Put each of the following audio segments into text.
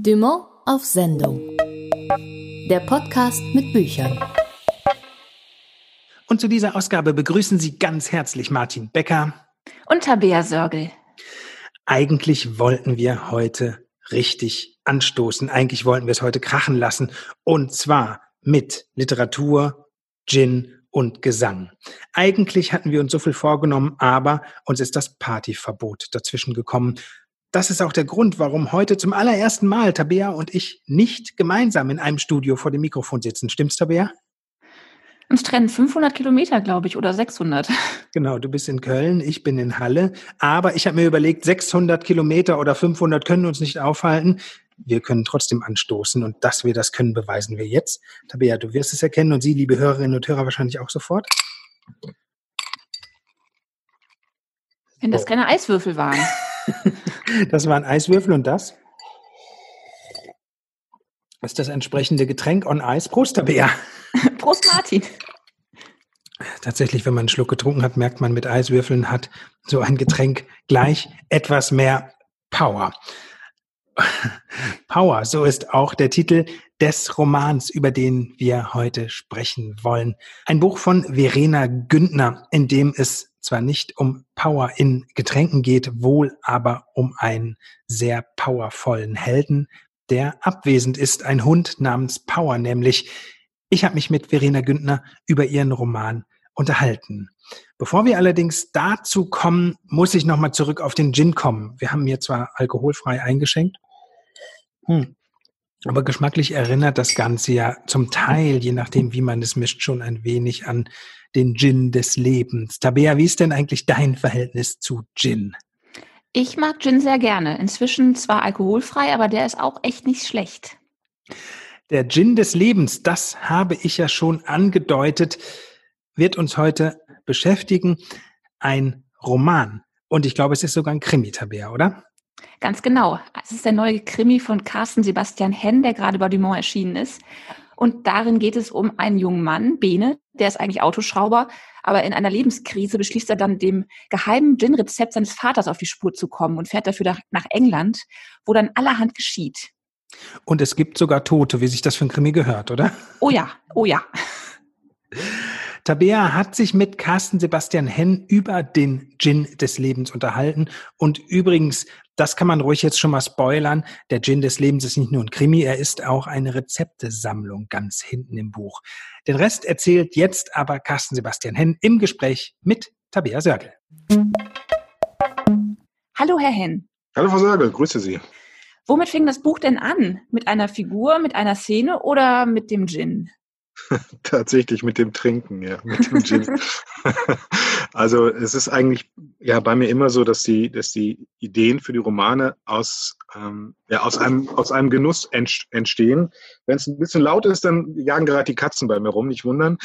Dumont auf Sendung. Der Podcast mit Büchern. Und zu dieser Ausgabe begrüßen Sie ganz herzlich Martin Becker und Tabea Sörgel. Eigentlich wollten wir heute richtig anstoßen. Eigentlich wollten wir es heute krachen lassen. Und zwar mit Literatur, Gin und Gesang. Eigentlich hatten wir uns so viel vorgenommen, aber uns ist das Partyverbot dazwischen gekommen. Das ist auch der Grund, warum heute zum allerersten Mal Tabea und ich nicht gemeinsam in einem Studio vor dem Mikrofon sitzen. Stimmt's, Tabea? Uns trennen 500 Kilometer, glaube ich, oder 600. Genau, du bist in Köln, ich bin in Halle. Aber ich habe mir überlegt, 600 Kilometer oder 500 können uns nicht aufhalten. Wir können trotzdem anstoßen und dass wir das können, beweisen wir jetzt. Tabea, du wirst es erkennen und Sie, liebe Hörerinnen und Hörer, wahrscheinlich auch sofort. Wenn das keine Eiswürfel waren. Das waren Eiswürfel und das ist das entsprechende Getränk on Ice. Prost, Tabea. Prost, Martin. Tatsächlich, wenn man einen Schluck getrunken hat, merkt man, mit Eiswürfeln hat so ein Getränk gleich etwas mehr Power. Power, so ist auch der Titel des Romans, über den wir heute sprechen wollen. Ein Buch von Verena Güntner, in dem es zwar nicht um Power in Getränken geht, wohl aber um einen sehr powervollen Helden, der abwesend ist, ein Hund namens Power nämlich. Ich habe mich mit Verena Güntner über ihren Roman unterhalten. Bevor wir allerdings dazu kommen, muss ich nochmal zurück auf den Gin kommen. Wir haben mir zwar alkoholfrei eingeschenkt, aber geschmacklich erinnert das Ganze ja zum Teil, je nachdem wie man es mischt, schon ein wenig an den Gin des Lebens. Tabea, wie ist denn eigentlich dein Verhältnis zu Gin? Ich mag Gin sehr gerne. Inzwischen zwar alkoholfrei, aber der ist auch echt nicht schlecht. Der Gin des Lebens, das habe ich ja schon angedeutet, wird uns heute beschäftigen. Ein Roman. Und ich glaube, es ist sogar ein Krimi, Tabea, oder? Ganz genau. Es ist der neue Krimi von Carsten Sebastian Henn, der gerade bei Dumont erschienen ist. Und darin geht es um einen jungen Mann, Bene, der ist eigentlich Autoschrauber, aber in einer Lebenskrise beschließt er dann, dem geheimen Gin-Rezept seines Vaters auf die Spur zu kommen und fährt dafür nach England, wo dann allerhand geschieht. Und es gibt sogar Tote, wie sich das für ein Krimi gehört, oder? Oh ja, oh ja. Tabea hat sich mit Carsten Sebastian Henn über den Gin des Lebens unterhalten. Und übrigens, das kann man ruhig jetzt schon mal spoilern, der Gin des Lebens ist nicht nur ein Krimi, er ist auch eine Rezeptesammlung ganz hinten im Buch. Den Rest erzählt jetzt aber Carsten Sebastian Henn im Gespräch mit Tabea Sörgel. Hallo, Herr Henn. Hallo, Frau Sörgel, grüße Sie. Womit fing das Buch denn an? Mit einer Figur, mit einer Szene oder mit dem Gin? Tatsächlich mit dem Trinken, ja, mit dem Gin. Also es ist eigentlich ja bei mir immer so, dass die Ideen für die Romane aus einem Genuss entstehen. Wenn es ein bisschen laut ist, dann jagen gerade die Katzen bei mir rum, nicht wundern.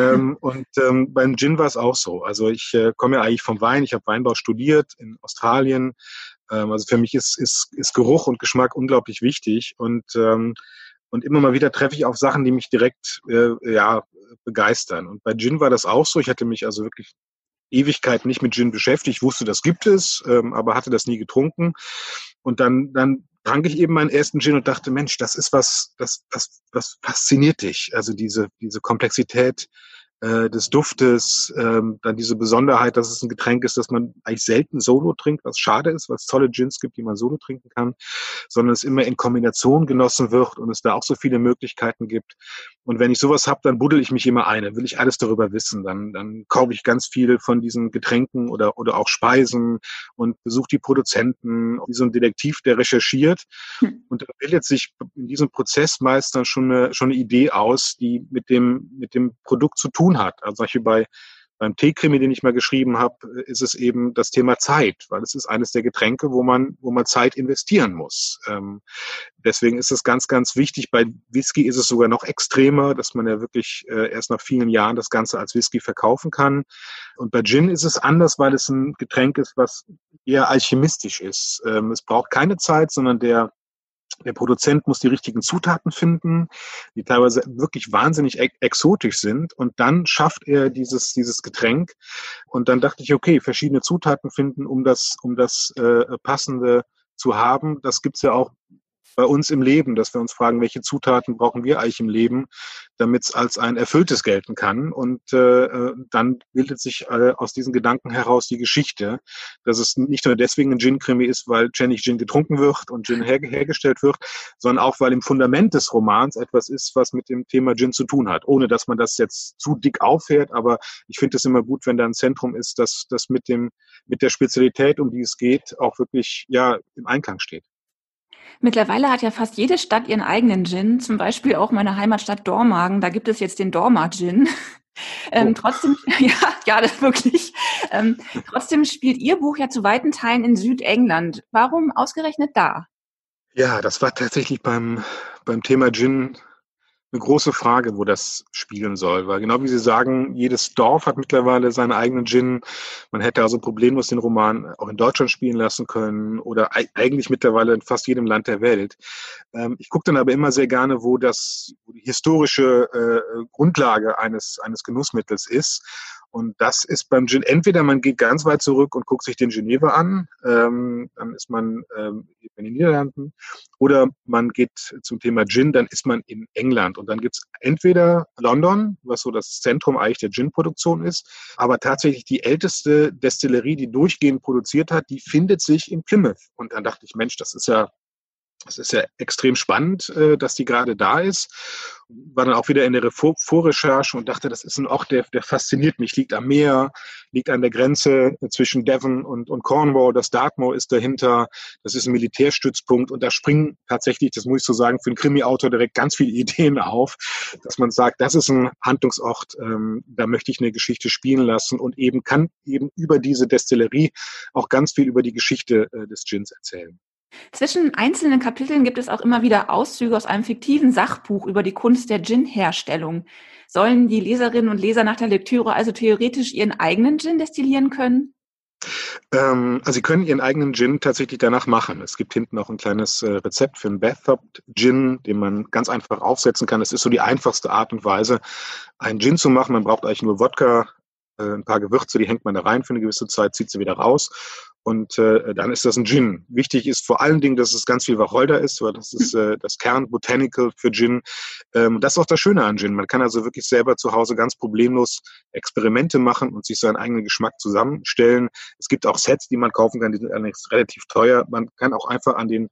Beim Gin war es auch so. Also ich komme ja eigentlich vom Wein. Ich habe Weinbau studiert in Australien. Also für mich ist Geruch und Geschmack unglaublich wichtig und immer mal wieder treffe ich auf Sachen, die mich direkt begeistern. Und bei Gin war das auch so. Ich hatte mich also wirklich Ewigkeit nicht mit Gin beschäftigt. Ich wusste, das gibt es, aber hatte das nie getrunken. Und dann trank ich eben meinen ersten Gin und dachte, Mensch, das ist was fasziniert dich. Also diese Komplexität des Duftes, dann diese Besonderheit, dass es ein Getränk ist, das man eigentlich selten solo trinkt, was schade ist, weil es tolle Gins gibt, die man solo trinken kann, sondern es immer in Kombination genossen wird und es da auch so viele Möglichkeiten gibt. Und wenn ich sowas habe, dann buddel ich mich immer ein, dann will ich alles darüber wissen, dann kaufe ich ganz viel von diesen Getränken oder auch Speisen und besuche die Produzenten, wie so ein Detektiv, der recherchiert. Und da bildet sich in diesem Prozess meist dann schon eine Idee aus, die mit dem Produkt zu tun hat. Also zum Beispiel beim Teekrimi, den ich mal geschrieben habe, ist es eben das Thema Zeit, weil es ist eines der Getränke, wo man Zeit investieren muss. Deswegen ist es ganz, ganz wichtig. Bei Whisky ist es sogar noch extremer, dass man ja wirklich erst nach vielen Jahren das Ganze als Whisky verkaufen kann. Und bei Gin ist es anders, weil es ein Getränk ist, was eher alchemistisch ist. Es braucht keine Zeit, sondern der Produzent muss die richtigen Zutaten finden, die teilweise wirklich wahnsinnig exotisch sind. Und dann schafft er dieses Getränk. Und dann dachte ich, okay, verschiedene Zutaten finden, um das Passende zu haben. Das gibt's ja auch bei uns im Leben, dass wir uns fragen, welche Zutaten brauchen wir eigentlich im Leben, damit es als ein erfülltes gelten kann. Und dann bildet sich aus diesen Gedanken heraus die Geschichte, dass es nicht nur deswegen ein Gin-Krimi ist, weil ständig Gin getrunken wird und Gin hergestellt wird, sondern auch, weil im Fundament des Romans etwas ist, was mit dem Thema Gin zu tun hat, ohne dass man das jetzt zu dick auffährt. Aber ich finde es immer gut, wenn da ein Zentrum ist, dass das mit der Spezialität, um die es geht, auch wirklich im Einklang steht. Mittlerweile hat ja fast jede Stadt ihren eigenen Gin, zum Beispiel auch meine Heimatstadt Dormagen. Da gibt es jetzt den Dorma-Gin. Trotzdem, das wirklich. Trotzdem spielt Ihr Buch ja zu weiten Teilen in Südengland. Warum ausgerechnet da? Ja, das war tatsächlich beim Thema Gin eine große Frage, wo das spielen soll. Weil genau wie Sie sagen, jedes Dorf hat mittlerweile seinen eigenen Gin. Man hätte also problemlos den Roman auch in Deutschland spielen lassen können oder eigentlich mittlerweile in fast jedem Land der Welt. Ich gucke dann aber immer sehr gerne, wo die historische Grundlage eines Genussmittels ist. Und das ist beim Gin, entweder man geht ganz weit zurück und guckt sich den Geneva an, dann ist man in den Niederlanden, oder man geht zum Thema Gin, dann ist man in England. Und dann gibt's entweder London, was so das Zentrum eigentlich der Gin-Produktion ist, aber tatsächlich die älteste Destillerie, die durchgehend produziert hat, die findet sich in Plymouth. Und dann dachte ich, Mensch, das ist ja extrem spannend, dass die gerade da ist. War dann auch wieder in der Vorrecherche und dachte, das ist ein Ort, der fasziniert mich. Liegt am Meer, liegt an der Grenze zwischen Devon und Cornwall. Das Dartmoor ist dahinter. Das ist ein Militärstützpunkt. Und da springen tatsächlich, das muss ich so sagen, für einen Krimi-Autor direkt ganz viele Ideen auf, dass man sagt, das ist ein Handlungsort, da möchte ich eine Geschichte spielen lassen und kann über diese Destillerie auch ganz viel über die Geschichte des Gins erzählen. Zwischen einzelnen Kapiteln gibt es auch immer wieder Auszüge aus einem fiktiven Sachbuch über die Kunst der Gin-Herstellung. Sollen die Leserinnen und Leser nach der Lektüre also theoretisch ihren eigenen Gin destillieren können? Also Sie können Ihren eigenen Gin tatsächlich danach machen. Es gibt hinten auch ein kleines Rezept für einen Bathtub Gin, den man ganz einfach aufsetzen kann. Das ist so die einfachste Art und Weise, einen Gin zu machen. Man braucht eigentlich nur Wodka, ein paar Gewürze, die hängt man da rein für eine gewisse Zeit, zieht sie wieder raus. Und dann ist das ein Gin. Wichtig ist vor allen Dingen, dass es ganz viel Wacholder ist, weil das ist das Kernbotanical für Gin. Das ist auch das Schöne an Gin. Man kann also wirklich selber zu Hause ganz problemlos Experimente machen und sich seinen eigenen Geschmack zusammenstellen. Es gibt auch Sets, die man kaufen kann, die sind allerdings relativ teuer. Man kann auch einfach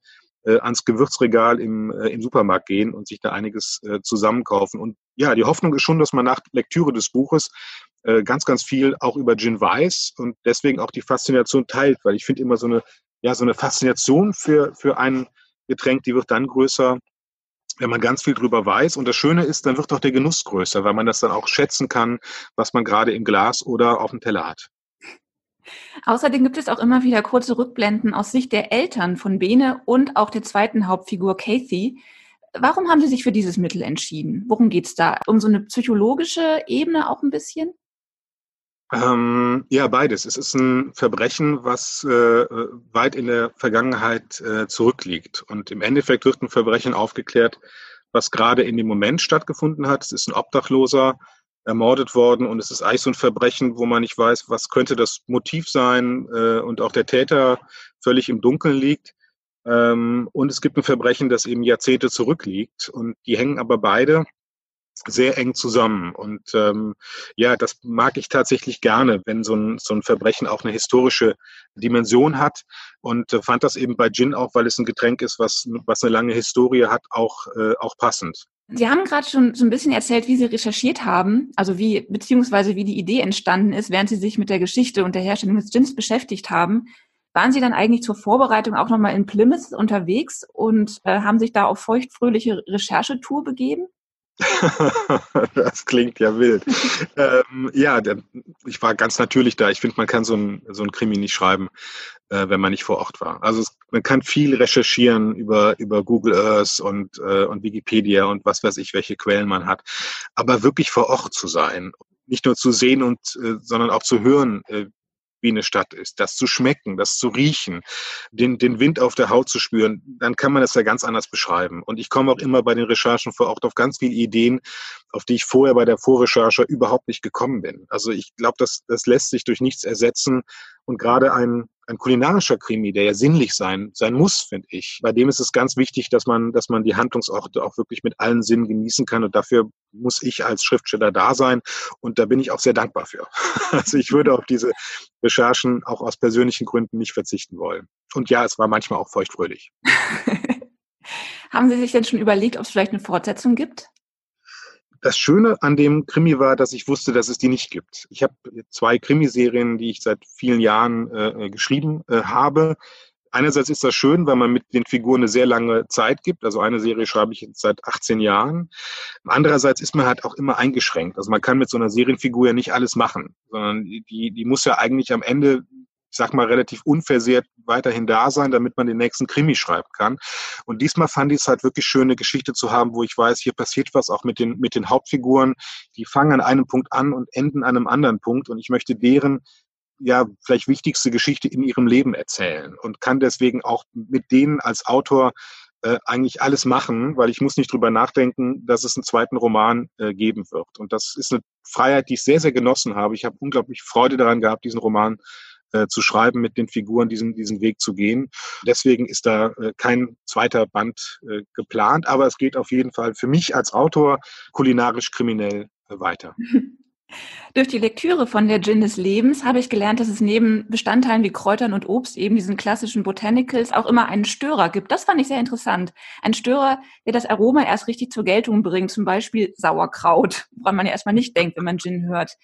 ans Gewürzregal im Supermarkt gehen und sich da einiges zusammenkaufen. Und ja, die Hoffnung ist schon, dass man nach Lektüre des Buches ganz, ganz viel auch über Gin weiß und deswegen auch die Faszination teilt, weil ich finde immer so eine Faszination für ein Getränk, die wird dann größer, wenn man ganz viel drüber weiß. Und das Schöne ist, dann wird auch der Genuss größer, weil man das dann auch schätzen kann, was man gerade im Glas oder auf dem Teller hat. Außerdem gibt es auch immer wieder kurze Rückblenden aus Sicht der Eltern von Bene und auch der zweiten Hauptfigur Kathy. Warum haben Sie sich für dieses Mittel entschieden? Worum geht's da? Um so eine psychologische Ebene auch ein bisschen? Ja, beides. Es ist ein Verbrechen, was weit in der Vergangenheit zurückliegt. Und im Endeffekt wird ein Verbrechen aufgeklärt, was gerade in dem Moment stattgefunden hat. Es ist ein Obdachloser ermordet worden und es ist eigentlich so ein Verbrechen, wo man nicht weiß, was könnte das Motiv sein und auch der Täter völlig im Dunkeln liegt. Und es gibt ein Verbrechen, das eben Jahrzehnte zurückliegt und die hängen aber beide sehr eng zusammen. Und das mag ich tatsächlich gerne, wenn so ein Verbrechen auch eine historische Dimension hat. Und fand das eben bei Gin auch, weil es ein Getränk ist, was eine lange Historie hat, auch passend. Sie haben gerade schon so ein bisschen erzählt, wie Sie recherchiert haben, also beziehungsweise wie die Idee entstanden ist, während Sie sich mit der Geschichte und der Herstellung des Gins beschäftigt haben. Waren Sie dann eigentlich zur Vorbereitung auch nochmal in Plymouth unterwegs und haben sich da auf feuchtfröhliche Recherchetour begeben? Das klingt ja wild. Ich war ganz natürlich da. Ich finde, man kann so ein Krimi nicht schreiben, wenn man nicht vor Ort war. Also man kann viel recherchieren über Google Earth und Wikipedia und was weiß ich, welche Quellen man hat. Aber wirklich vor Ort zu sein, nicht nur zu sehen sondern auch zu hören, wie eine Stadt ist, das zu schmecken, das zu riechen, den Wind auf der Haut zu spüren, dann kann man das ja ganz anders beschreiben. Und ich komme auch immer bei den Recherchen vor Ort auf ganz viele Ideen, auf die ich vorher bei der Vorrecherche überhaupt nicht gekommen bin. Also ich glaube, das lässt sich durch nichts ersetzen. Und gerade ein kulinarischer Krimi, der ja sinnlich sein muss, finde ich. Bei dem ist es ganz wichtig, dass man die Handlungsorte auch wirklich mit allen Sinnen genießen kann. Und dafür muss ich als Schriftsteller da sein. Und da bin ich auch sehr dankbar für. Also ich würde auf diese Recherchen auch aus persönlichen Gründen nicht verzichten wollen. Und ja, es war manchmal auch feuchtfröhlich. Haben Sie sich denn schon überlegt, ob es vielleicht eine Fortsetzung gibt? Das Schöne an dem Krimi war, dass ich wusste, dass es die nicht gibt. Ich habe 2 Krimiserien, die ich seit vielen Jahren geschrieben habe. Einerseits ist das schön, weil man mit den Figuren eine sehr lange Zeit gibt. Also eine Serie schreibe ich jetzt seit 18 Jahren. Andererseits ist man halt auch immer eingeschränkt. Also man kann mit so einer Serienfigur ja nicht alles machen, sondern die muss ja eigentlich am Ende, ich sag mal, relativ unversehrt weiterhin da sein, damit man den nächsten Krimi schreiben kann. Und diesmal fand ich es halt wirklich schön, eine Geschichte zu haben, wo ich weiß, hier passiert was auch mit den Hauptfiguren. Die fangen an einem Punkt an und enden an einem anderen Punkt. Und ich möchte deren vielleicht wichtigste Geschichte in ihrem Leben erzählen und kann deswegen auch mit denen als Autor eigentlich alles machen, weil ich muss nicht drüber nachdenken, dass es einen zweiten Roman geben wird. Und das ist eine Freiheit, die ich sehr, sehr genossen habe. Ich habe unglaublich Freude daran gehabt, diesen Roman zu schreiben, mit den Figuren diesen Weg zu gehen. Deswegen ist da kein zweiter Band geplant, aber es geht auf jeden Fall für mich als Autor kulinarisch kriminell weiter. Durch die Lektüre von der Gin des Lebens habe ich gelernt, dass es neben Bestandteilen wie Kräutern und Obst, eben diesen klassischen Botanicals, auch immer einen Störer gibt. Das fand ich sehr interessant. Ein Störer, der das Aroma erst richtig zur Geltung bringt, zum Beispiel Sauerkraut, woran man ja erstmal nicht denkt, wenn man Gin hört.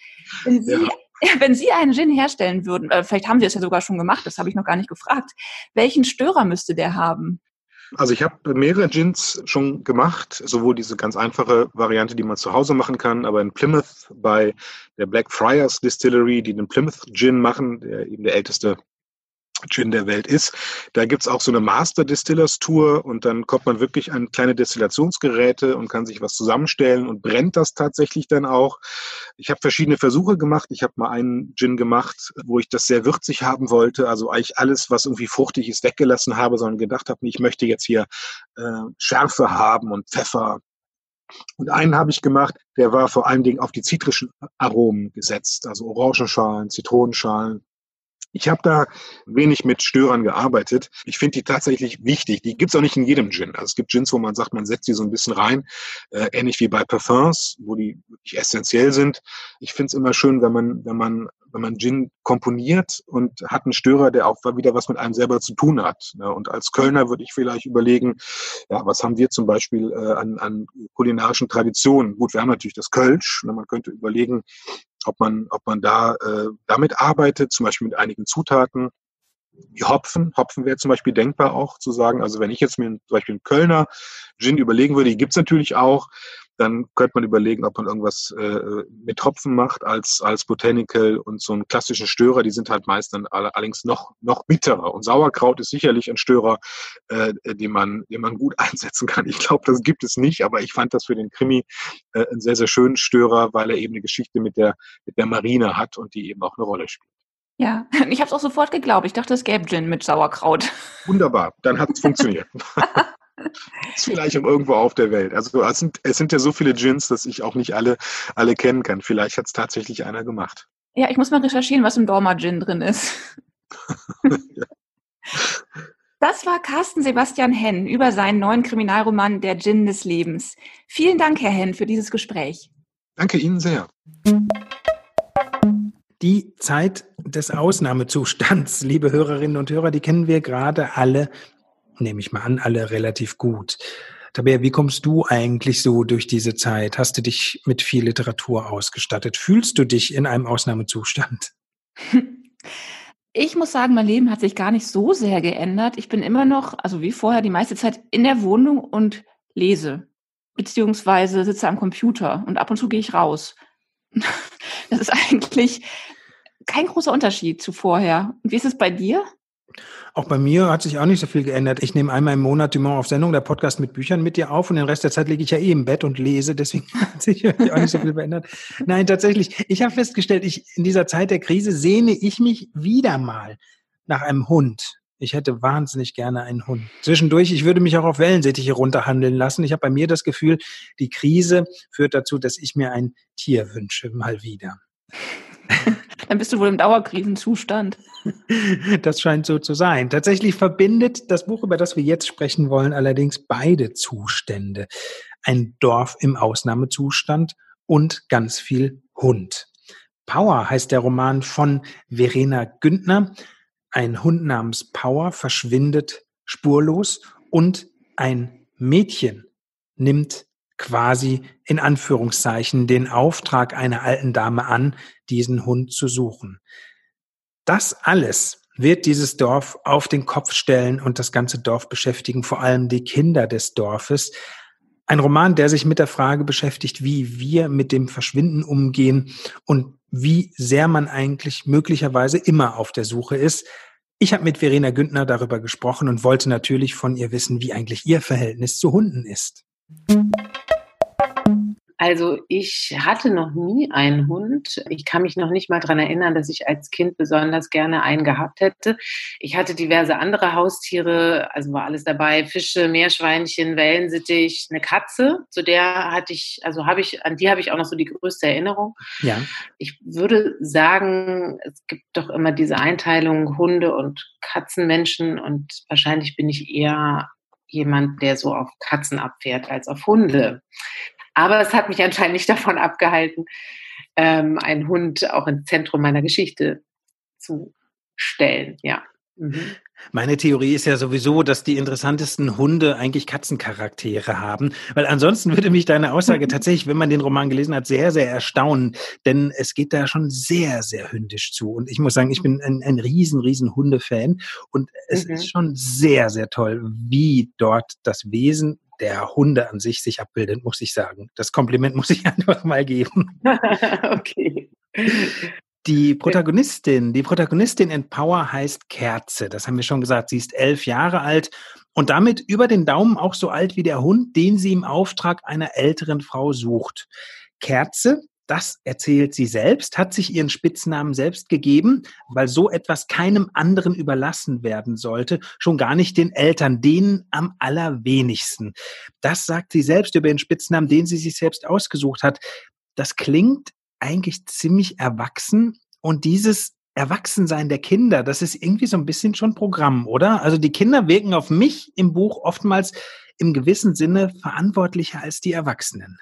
Wenn Sie einen Gin herstellen würden, vielleicht haben Sie es ja sogar schon gemacht, das habe ich noch gar nicht gefragt, welchen Störer müsste der haben? Also ich habe mehrere Gins schon gemacht, sowohl diese ganz einfache Variante, die man zu Hause machen kann, aber in Plymouth bei der Blackfriars Distillery, die den Plymouth Gin machen, der eben der älteste Gin der Welt ist. Da gibt's auch so eine Master Distillers Tour und dann kommt man wirklich an kleine Destillationsgeräte und kann sich was zusammenstellen und brennt das tatsächlich dann auch. Ich habe verschiedene Versuche gemacht. Ich habe mal einen Gin gemacht, wo ich das sehr würzig haben wollte, also eigentlich alles, was irgendwie fruchtig ist, weggelassen habe, sondern gedacht habe, ich möchte jetzt hier Schärfe haben und Pfeffer. Und einen habe ich gemacht, der war vor allen Dingen auf die zitrischen Aromen gesetzt, also Orangenschalen, Zitronenschalen. Ich habe da wenig mit Störern gearbeitet. Ich finde die tatsächlich wichtig. Die gibt's auch nicht in jedem Gin. Also es gibt Gins, wo man sagt, man setzt die so ein bisschen rein, ähnlich wie bei Parfums, wo die wirklich essentiell sind. Ich finde es immer schön, wenn man Gin komponiert und hat einen Störer, der auch wieder was mit einem selber zu tun hat. Und als Kölner würde ich vielleicht überlegen, ja, was haben wir zum Beispiel an kulinarischen Traditionen? Gut, wir haben natürlich das Kölsch. Man könnte überlegen, ob man da damit arbeitet, zum Beispiel mit einigen Zutaten. Wie Hopfen. Hopfen wäre zum Beispiel denkbar auch zu sagen, also wenn ich jetzt mir zum Beispiel einen Kölner Gin überlegen würde, die gibt's natürlich auch, dann könnte man überlegen, ob man irgendwas mit Hopfen macht als Botanical und so einen klassischen Störer, die sind halt meist dann allerdings noch bitterer. Und Sauerkraut ist sicherlich ein Störer, den man gut einsetzen kann. Ich glaube, das gibt es nicht, aber ich fand das für den Krimi einen sehr, sehr schönen Störer, weil er eben eine Geschichte mit der Marine hat und die eben auch eine Rolle spielt. Ja, ich habe es auch sofort geglaubt. Ich dachte, es gäbe Gin mit Sauerkraut. Wunderbar, dann hat es funktioniert. Ist vielleicht auch irgendwo auf der Welt. Also es sind ja so viele Gins, dass ich auch nicht alle kennen kann. Vielleicht hat es tatsächlich einer gemacht. Ja, ich muss mal recherchieren, was im Dormer Gin drin ist. Ja. Das war Carsten Sebastian Henn über seinen neuen Kriminalroman Der Gin des Lebens. Vielen Dank, Herr Henn, für dieses Gespräch. Danke Ihnen sehr. Die Zeit des Ausnahmezustands, liebe Hörerinnen und Hörer, die kennen wir gerade alle, nehme ich mal an, alle relativ gut. Tabea, wie kommst du eigentlich so durch diese Zeit? Hast du dich mit viel Literatur ausgestattet? Fühlst du dich in einem Ausnahmezustand? Ich muss sagen, mein Leben hat sich gar nicht so sehr geändert. Ich bin immer noch, also wie vorher, die meiste Zeit in der Wohnung und lese, beziehungsweise sitze am Computer und ab und zu gehe ich raus. Das ist eigentlich kein großer Unterschied zu vorher. Und wie ist es bei dir? Auch bei mir hat sich auch nicht so viel geändert. Ich nehme einmal im Monat Dumont auf Sendung, der Podcast mit Büchern mit dir auf und den Rest der Zeit liege ich ja im Bett und lese, deswegen hat sich auch nicht so viel verändert. Nein, tatsächlich, ich habe festgestellt, in dieser Zeit der Krise sehne ich mich wieder mal nach einem Hund. Ich hätte wahnsinnig gerne einen Hund. Zwischendurch, ich würde mich auch auf Wellensittiche runterhandeln lassen. Ich habe bei mir das Gefühl, die Krise führt dazu, dass ich mir ein Tier wünsche, mal wieder. Dann bist du wohl im Dauerkrisenzustand. Das scheint so zu sein. Tatsächlich verbindet das Buch, über das wir jetzt sprechen wollen, allerdings beide Zustände. Ein Dorf im Ausnahmezustand und ganz viel Hund. Power heißt der Roman von Verena Güntner. Ein Hund namens Power verschwindet spurlos und ein Mädchen nimmt quasi in Anführungszeichen den Auftrag einer alten Dame an, diesen Hund zu suchen. Das alles wird dieses Dorf auf den Kopf stellen und das ganze Dorf beschäftigen, vor allem die Kinder des Dorfes. Ein Roman, der sich mit der Frage beschäftigt, wie wir mit dem Verschwinden umgehen und wie sehr man eigentlich möglicherweise immer auf der Suche ist. Ich habe mit Verena Güntner darüber gesprochen und wollte natürlich von ihr wissen, wie eigentlich ihr Verhältnis zu Hunden ist. Also ich hatte noch nie einen Hund. Ich kann mich noch nicht mal daran erinnern, dass ich als Kind besonders gerne einen gehabt hätte. Ich hatte diverse andere Haustiere, also war alles dabei: Fische, Meerschweinchen, Wellensittich, eine Katze. An die habe ich auch noch so die größte Erinnerung. Ja. Ich würde sagen, es gibt doch immer diese Einteilung Hunde- und Katzenmenschen und wahrscheinlich bin ich eher jemand, der so auf Katzen abfährt als auf Hunde. Aber es hat mich anscheinend nicht davon abgehalten, einen Hund auch ins Zentrum meiner Geschichte zu stellen. Ja. Mhm. Meine Theorie ist ja sowieso, dass die interessantesten Hunde eigentlich Katzencharaktere haben, weil ansonsten würde mich deine Aussage tatsächlich, wenn man den Roman gelesen hat, sehr, sehr erstaunen, denn es geht da schon sehr, sehr hündisch zu und ich muss sagen, ich bin ein riesen Hundefan und es ist schon sehr, sehr toll, wie dort das Wesen der Hunde an sich abbildet, muss ich sagen. Das Kompliment muss ich einfach mal geben. Okay. Die Protagonistin in Power heißt Kerze. Das haben wir schon gesagt. Sie ist 11 Jahre alt und damit über den Daumen auch so alt wie der Hund, den sie im Auftrag einer älteren Frau sucht. Kerze, das erzählt sie selbst, hat sich ihren Spitznamen selbst gegeben, weil so etwas keinem anderen überlassen werden sollte, schon gar nicht den Eltern, denen am allerwenigsten. Das sagt sie selbst über ihren Spitznamen, den sie sich selbst ausgesucht hat. Das klingt eigentlich ziemlich erwachsen und dieses Erwachsensein der Kinder, das ist irgendwie so ein bisschen schon Programm, oder? Also die Kinder wirken auf mich im Buch oftmals im gewissen Sinne verantwortlicher als die Erwachsenen.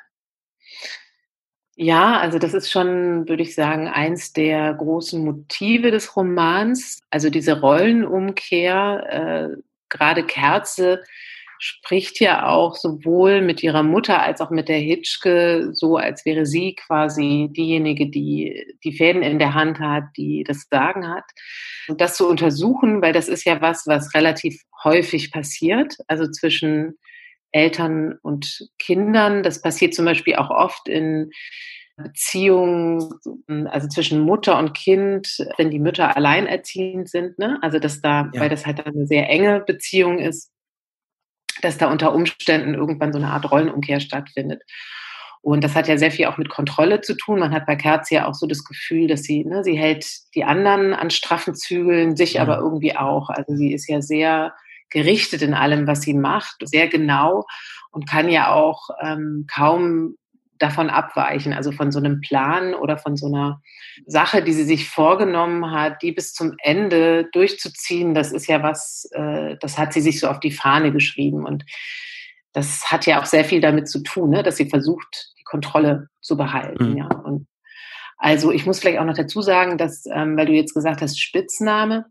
Ja, also das ist schon, würde ich sagen, eins der großen Motive des Romans. Also diese Rollenumkehr, gerade Kerze spricht ja auch sowohl mit ihrer Mutter als auch mit der Hitschke so, als wäre sie quasi diejenige, die die Fäden in der Hand hat, die das Sagen hat. Und das zu untersuchen, weil das ist ja was relativ häufig passiert, also zwischen Eltern und Kindern. Das passiert zum Beispiel auch oft in Beziehungen, also zwischen Mutter und Kind, wenn die Mütter alleinerziehend sind, ne? Also dass da, weil das halt eine sehr enge Beziehung ist, dass da unter Umständen irgendwann so eine Art Rollenumkehr stattfindet. Und das hat ja sehr viel auch mit Kontrolle zu tun. Man hat bei Kerze ja auch so das Gefühl, dass sie hält die anderen an straffen Zügeln, sich aber irgendwie auch. Also sie ist ja sehr gerichtet in allem, was sie macht, sehr genau und kann ja auch kaum davon abweichen, also von so einem Plan oder von so einer Sache, die sie sich vorgenommen hat, die bis zum Ende durchzuziehen. Das ist ja was, das hat sie sich so auf die Fahne geschrieben und das hat ja auch sehr viel damit zu tun, ne, dass sie versucht, die Kontrolle zu behalten. Ja. Und also ich muss vielleicht auch noch dazu sagen, dass, weil du jetzt gesagt hast, Spitzname,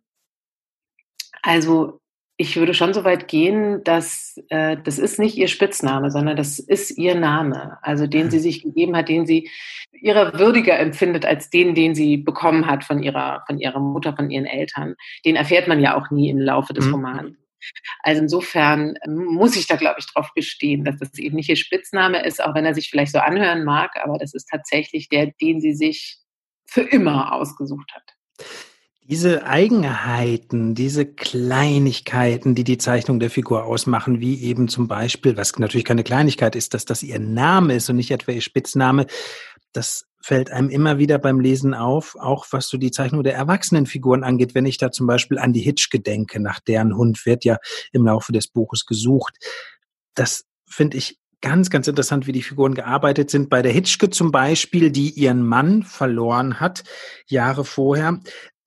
also ich würde schon so weit gehen, dass das ist nicht ihr Spitzname, sondern das ist ihr Name, also den sie sich gegeben hat, den sie ihrer würdiger empfindet als den sie bekommen hat von ihrer Mutter, von ihren Eltern. Den erfährt man ja auch nie im Laufe des Romans. Also insofern muss ich da, glaube ich, drauf bestehen, dass das eben nicht ihr Spitzname ist, auch wenn er sich vielleicht so anhören mag, aber das ist tatsächlich der, den sie sich für immer ausgesucht hat. Diese Eigenheiten, diese Kleinigkeiten, die die Zeichnung der Figur ausmachen, wie eben zum Beispiel, was natürlich keine Kleinigkeit ist, dass das ihr Name ist und nicht etwa ihr Spitzname, das fällt einem immer wieder beim Lesen auf, auch was so die Zeichnung der Erwachsenenfiguren angeht, wenn ich da zum Beispiel an die Hitschke denke, nach deren Hund wird ja im Laufe des Buches gesucht. Das finde ich ganz, ganz interessant, wie die Figuren gearbeitet sind. Bei der Hitschke zum Beispiel, die ihren Mann verloren hat, Jahre vorher,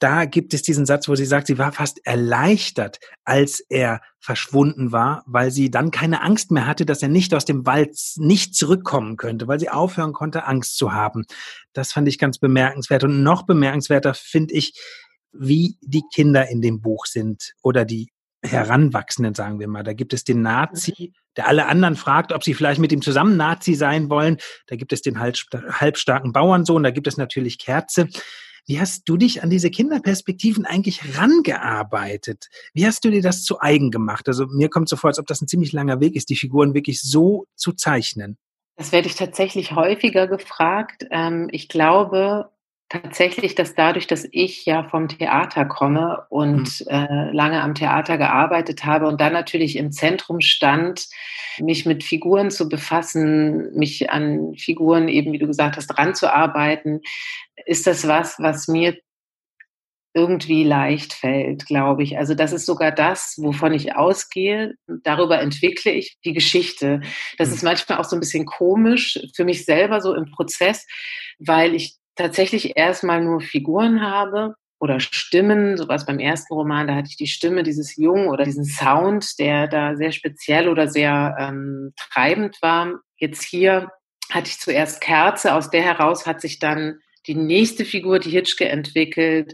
da gibt es diesen Satz, wo sie sagt, sie war fast erleichtert, als er verschwunden war, weil sie dann keine Angst mehr hatte, dass er nicht aus dem Wald nicht zurückkommen könnte, weil sie aufhören konnte, Angst zu haben. Das fand ich ganz bemerkenswert. Und noch bemerkenswerter finde ich, wie die Kinder in dem Buch sind oder die Heranwachsenden, sagen wir mal. Da gibt es den Nazi, der alle anderen fragt, ob sie vielleicht mit ihm zusammen Nazi sein wollen. Da gibt es den halbstarken Bauernsohn, da gibt es natürlich Kerze. Wie hast du dich an diese Kinderperspektiven eigentlich rangearbeitet? Wie hast du dir das zu eigen gemacht? Also mir kommt so vor, als ob das ein ziemlich langer Weg ist, die Figuren wirklich so zu zeichnen. Das werde ich tatsächlich häufiger gefragt. Ich glaube tatsächlich, dass dadurch, dass ich ja vom Theater komme und lange am Theater gearbeitet habe und dann natürlich im Zentrum stand, mich mit Figuren zu befassen, mich an Figuren eben, wie du gesagt hast, ranzuarbeiten, ist das was mir irgendwie leicht fällt, glaube ich. Also das ist sogar das, wovon ich ausgehe. Darüber entwickle ich die Geschichte. Das ist manchmal auch so ein bisschen komisch für mich selber so im Prozess, weil ich tatsächlich erstmal nur Figuren habe oder Stimmen, sowas beim ersten Roman, da hatte ich die Stimme dieses Jungen oder diesen Sound, der da sehr speziell oder sehr treibend war. Jetzt hier hatte ich zuerst Kerze, aus der heraus hat sich dann die nächste Figur, die Hitschke, entwickelt.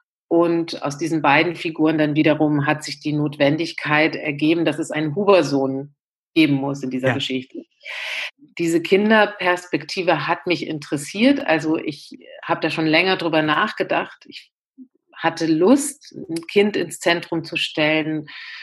Und aus diesen beiden Figuren dann wiederum hat sich die Notwendigkeit ergeben, dass es einen Hubersohn geben muss in dieser Geschichte. Diese Kinderperspektive hat mich interessiert. Also ich habe da schon länger drüber nachgedacht. Ich hatte Lust, ein Kind ins Zentrum zu stellen,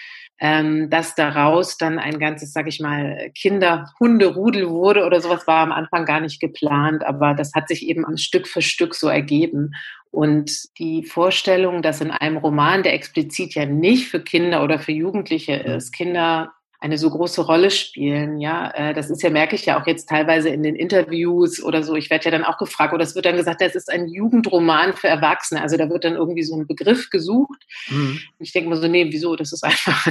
dass daraus dann ein ganzes, sag ich mal, Kinder-Hunde-Rudel wurde oder sowas, war am Anfang gar nicht geplant, aber das hat sich eben Stück für Stück so ergeben. Und die Vorstellung, dass in einem Roman, der explizit ja nicht für Kinder oder für Jugendliche ist, Kinder eine so große Rolle spielen, ja, das ist ja, merke ich ja auch jetzt teilweise in den Interviews oder so, ich werde ja dann auch gefragt, oder es wird dann gesagt, das ist ein Jugendroman für Erwachsene, also da wird dann irgendwie so ein Begriff gesucht. Ich denke mir so, nee, wieso, das ist einfach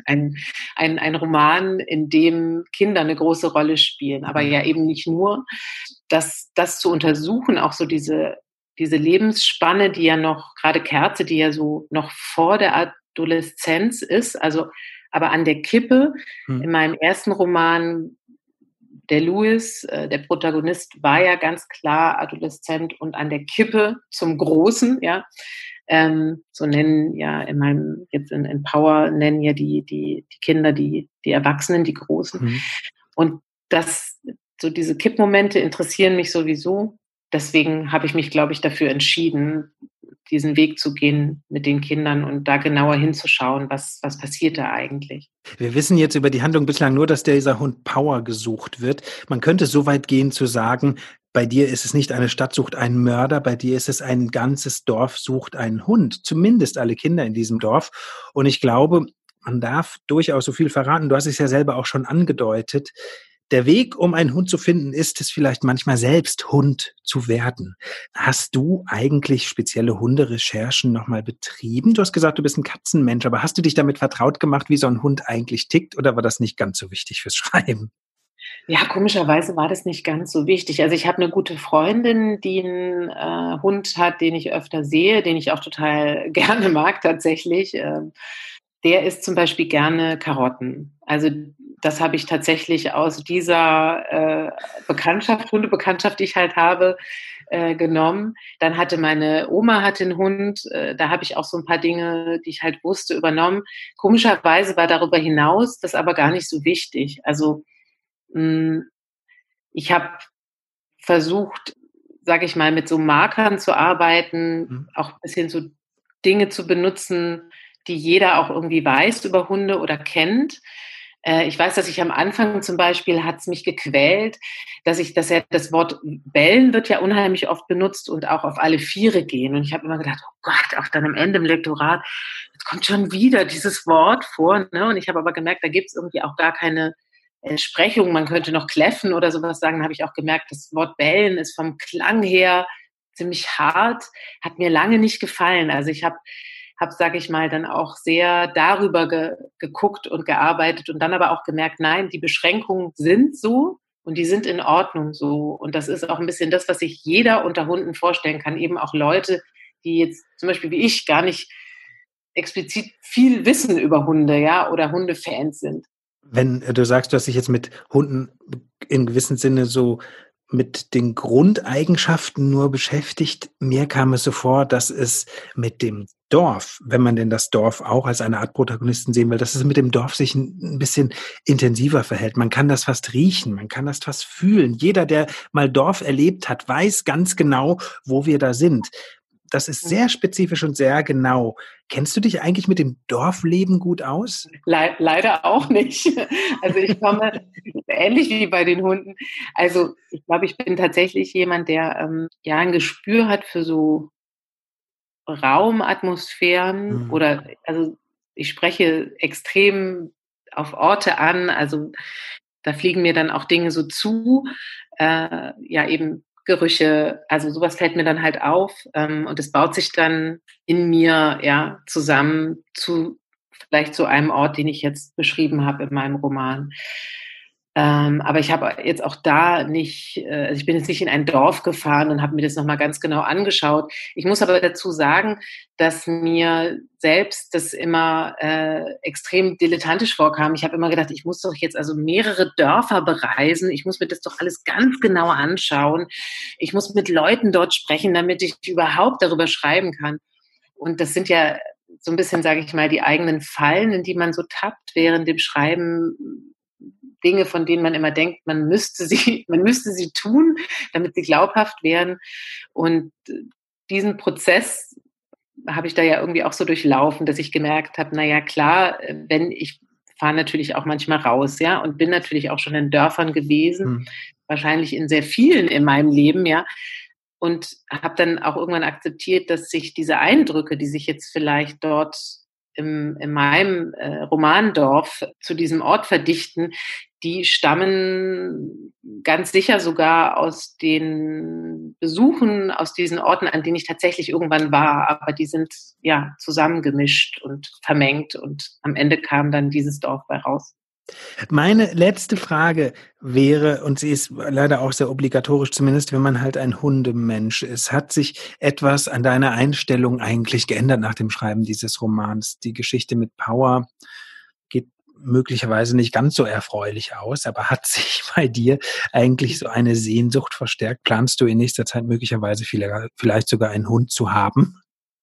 ein Roman, in dem Kinder eine große Rolle spielen, aber ja eben nicht nur. Das zu untersuchen, auch so diese Lebensspanne, die ja noch, gerade Kerze, die ja so noch vor der Adoleszenz ist, also aber an der Kippe. In meinem ersten Roman, der Louis, der Protagonist, war ja ganz klar Adoleszent und an der Kippe zum Großen, ja. So nennen ja in meinem, jetzt in Power, nennen ja die Kinder die Erwachsenen, die Großen. Und so diese Kippmomente interessieren mich sowieso. Deswegen habe ich mich, glaube ich, dafür entschieden, diesen Weg zu gehen mit den Kindern und da genauer hinzuschauen, was passiert da eigentlich. Wir wissen jetzt über die Handlung bislang nur, dass dieser Hund Power gesucht wird. Man könnte so weit gehen zu sagen, bei dir ist es nicht eine Stadt sucht einen Mörder, bei dir ist es ein ganzes Dorf sucht einen Hund. Zumindest alle Kinder in diesem Dorf. Und ich glaube, man darf durchaus so viel verraten. Du hast es ja selber auch schon angedeutet. Der Weg, um einen Hund zu finden, ist es vielleicht manchmal selbst Hund zu werden. Hast du eigentlich spezielle Hunderecherchen nochmal betrieben? Du hast gesagt, du bist ein Katzenmensch, aber hast du dich damit vertraut gemacht, wie so ein Hund eigentlich tickt, oder war das nicht ganz so wichtig fürs Schreiben? Ja, komischerweise war das nicht ganz so wichtig. Also ich habe eine gute Freundin, die einen Hund hat, den ich öfter sehe, den ich auch total gerne mag tatsächlich. Der isst zum Beispiel gerne Karotten. Also das habe ich tatsächlich aus dieser Hundebekanntschaft, die ich halt habe, genommen. Dann hatte meine Oma einen Hund, da habe ich auch so ein paar Dinge, die ich halt wusste, übernommen. Komischerweise war darüber hinaus das aber gar nicht so wichtig. Also ich habe versucht, sage ich mal, mit so Markern zu arbeiten, auch ein bisschen so Dinge zu benutzen, die jeder auch irgendwie weiß über Hunde oder kennt. Ich weiß, dass ich am Anfang zum Beispiel, hat es mich gequält, dass das Wort bellen wird ja unheimlich oft benutzt und auch auf alle Viere gehen. Und ich habe immer gedacht, oh Gott, auch dann am Ende im Lektorat, jetzt kommt schon wieder dieses Wort vor. Ne? Und ich habe aber gemerkt, da gibt es irgendwie auch gar keine Entsprechung. Man könnte noch kläffen oder sowas sagen. Da habe ich auch gemerkt, das Wort bellen ist vom Klang her ziemlich hart, hat mir lange nicht gefallen. Also ich habe, sage ich mal, dann auch sehr darüber geguckt und gearbeitet und dann aber auch gemerkt, nein, die Beschränkungen sind so und die sind in Ordnung so. Und das ist auch ein bisschen das, was sich jeder unter Hunden vorstellen kann, eben auch Leute, die jetzt zum Beispiel wie ich gar nicht explizit viel wissen über Hunde, ja, oder Hundefans sind. Wenn du sagst, du hast dich jetzt mit Hunden in gewissem Sinne so mit den Grundeigenschaften nur beschäftigt, mir kam es so vor, dass es mit dem Dorf, wenn man denn das Dorf auch als eine Art Protagonisten sehen will, dass es mit dem Dorf sich ein bisschen intensiver verhält. Man kann das fast riechen, man kann das fast fühlen. Jeder, der mal Dorf erlebt hat, weiß ganz genau, wo wir da sind. Das ist sehr spezifisch und sehr genau. Kennst du dich eigentlich mit dem Dorfleben gut aus? Leider auch nicht. Also ich komme ähnlich wie bei den Hunden. Also ich glaube, ich bin tatsächlich jemand, der ein Gespür hat für so Raumatmosphären oder also ich spreche extrem auf Orte an. Also da fliegen mir dann auch Dinge so zu, eben Gerüche, also sowas fällt mir dann halt auf und es baut sich dann in mir zusammen zu vielleicht zu einem Ort, den ich jetzt beschrieben habe in meinem Roman. Aber ich habe jetzt auch da nicht, ich bin jetzt nicht in ein Dorf gefahren und habe mir das nochmal ganz genau angeschaut. Ich muss aber dazu sagen, dass mir selbst das immer extrem dilettantisch vorkam. Ich habe immer gedacht, ich muss doch jetzt also mehrere Dörfer bereisen. Ich muss mir das doch alles ganz genau anschauen. Ich muss mit Leuten dort sprechen, damit ich überhaupt darüber schreiben kann. Und das sind ja so ein bisschen, sage ich mal, die eigenen Fallen, in die man so tappt während dem Schreiben. Dinge, von denen man immer denkt, man müsste sie tun, damit sie glaubhaft werden. Und diesen Prozess habe ich da ja irgendwie auch so durchlaufen, dass ich gemerkt habe, naja, klar, ich fahre natürlich auch manchmal raus, ja, und bin natürlich auch schon in Dörfern gewesen, wahrscheinlich in sehr vielen in meinem Leben, ja, und habe dann auch irgendwann akzeptiert, dass sich diese Eindrücke, die sich jetzt vielleicht dort in meinem Romandorf zu diesem Ort verdichten, die stammen ganz sicher sogar aus den Besuchen aus diesen Orten, an denen ich tatsächlich irgendwann war. Aber die sind ja zusammengemischt und vermengt und am Ende kam dann dieses Dorf bei raus. Meine letzte Frage wäre, und sie ist leider auch sehr obligatorisch, zumindest wenn man halt ein Hundemensch ist, hat sich etwas an deiner Einstellung eigentlich geändert nach dem Schreiben dieses Romans? Die Geschichte mit Power geht möglicherweise nicht ganz so erfreulich aus, aber hat sich bei dir eigentlich so eine Sehnsucht verstärkt? Planst du in nächster Zeit möglicherweise vielleicht sogar einen Hund zu haben?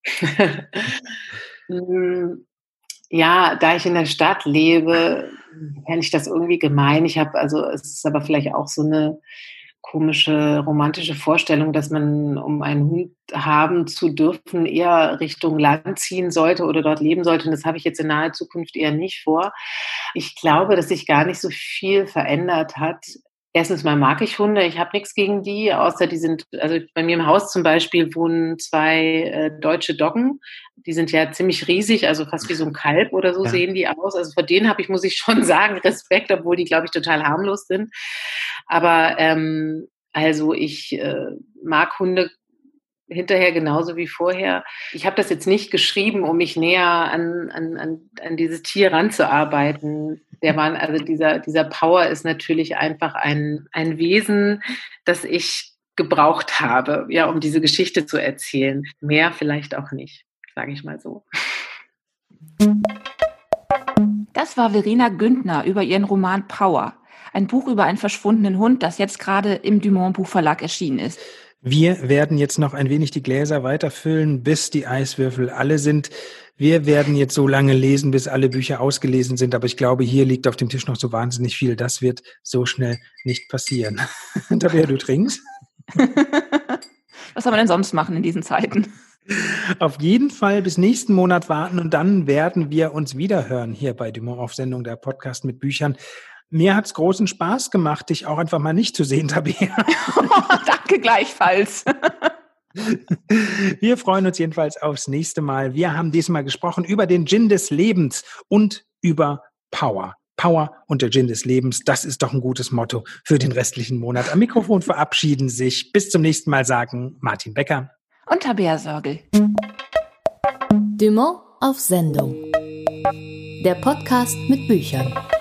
Ja, da ich in der Stadt lebe, fände ich das irgendwie gemein. Es ist aber vielleicht auch so eine komische romantische Vorstellung, dass man, um einen Hund haben zu dürfen, eher Richtung Land ziehen sollte oder dort leben sollte. Und das habe ich jetzt in naher Zukunft eher nicht vor. Ich glaube, dass sich gar nicht so viel verändert hat. Erstens mal mag ich Hunde, ich habe nichts gegen die, außer die sind, also bei mir im Haus zum Beispiel wohnen 2 deutsche Doggen, die sind ja ziemlich riesig, also fast wie so ein Kalb oder so sehen die aus. Also vor denen habe ich, muss ich schon sagen, Respekt, obwohl die, glaube ich, total harmlos sind. Aber ich mag Hunde hinterher genauso wie vorher. Ich habe das jetzt nicht geschrieben, um mich näher an dieses Tier ranzuarbeiten. Dieser Power ist natürlich einfach ein Wesen, das ich gebraucht habe, ja, um diese Geschichte zu erzählen. Mehr vielleicht auch nicht, sage ich mal so. Das war Verena Güntner über ihren Roman Power. Ein Buch über einen verschwundenen Hund, das jetzt gerade im Dumont Buchverlag erschienen ist. Wir werden jetzt noch ein wenig die Gläser weiterfüllen, bis die Eiswürfel alle sind. Wir werden jetzt so lange lesen, bis alle Bücher ausgelesen sind. Aber ich glaube, hier liegt auf dem Tisch noch so wahnsinnig viel. Das wird so schnell nicht passieren. Tabea, du trinkst? Was soll man denn sonst machen in diesen Zeiten? Auf jeden Fall bis nächsten Monat warten und dann werden wir uns wieder hören hier bei Dumont auf Sendung, der Podcast mit Büchern. Mir hat's großen Spaß gemacht, dich auch einfach mal nicht zu sehen, Tabea. Danke gleichfalls. Wir freuen uns jedenfalls aufs nächste Mal. Wir haben diesmal gesprochen über den Djinn des Lebens und über Power. Power und der Djinn des Lebens, das ist doch ein gutes Motto für den restlichen Monat. Am Mikrofon verabschieden sich bis zum nächsten Mal, sagen Martin Becker und Tabea Sörgel. Dumont auf Sendung. Der Podcast mit Büchern.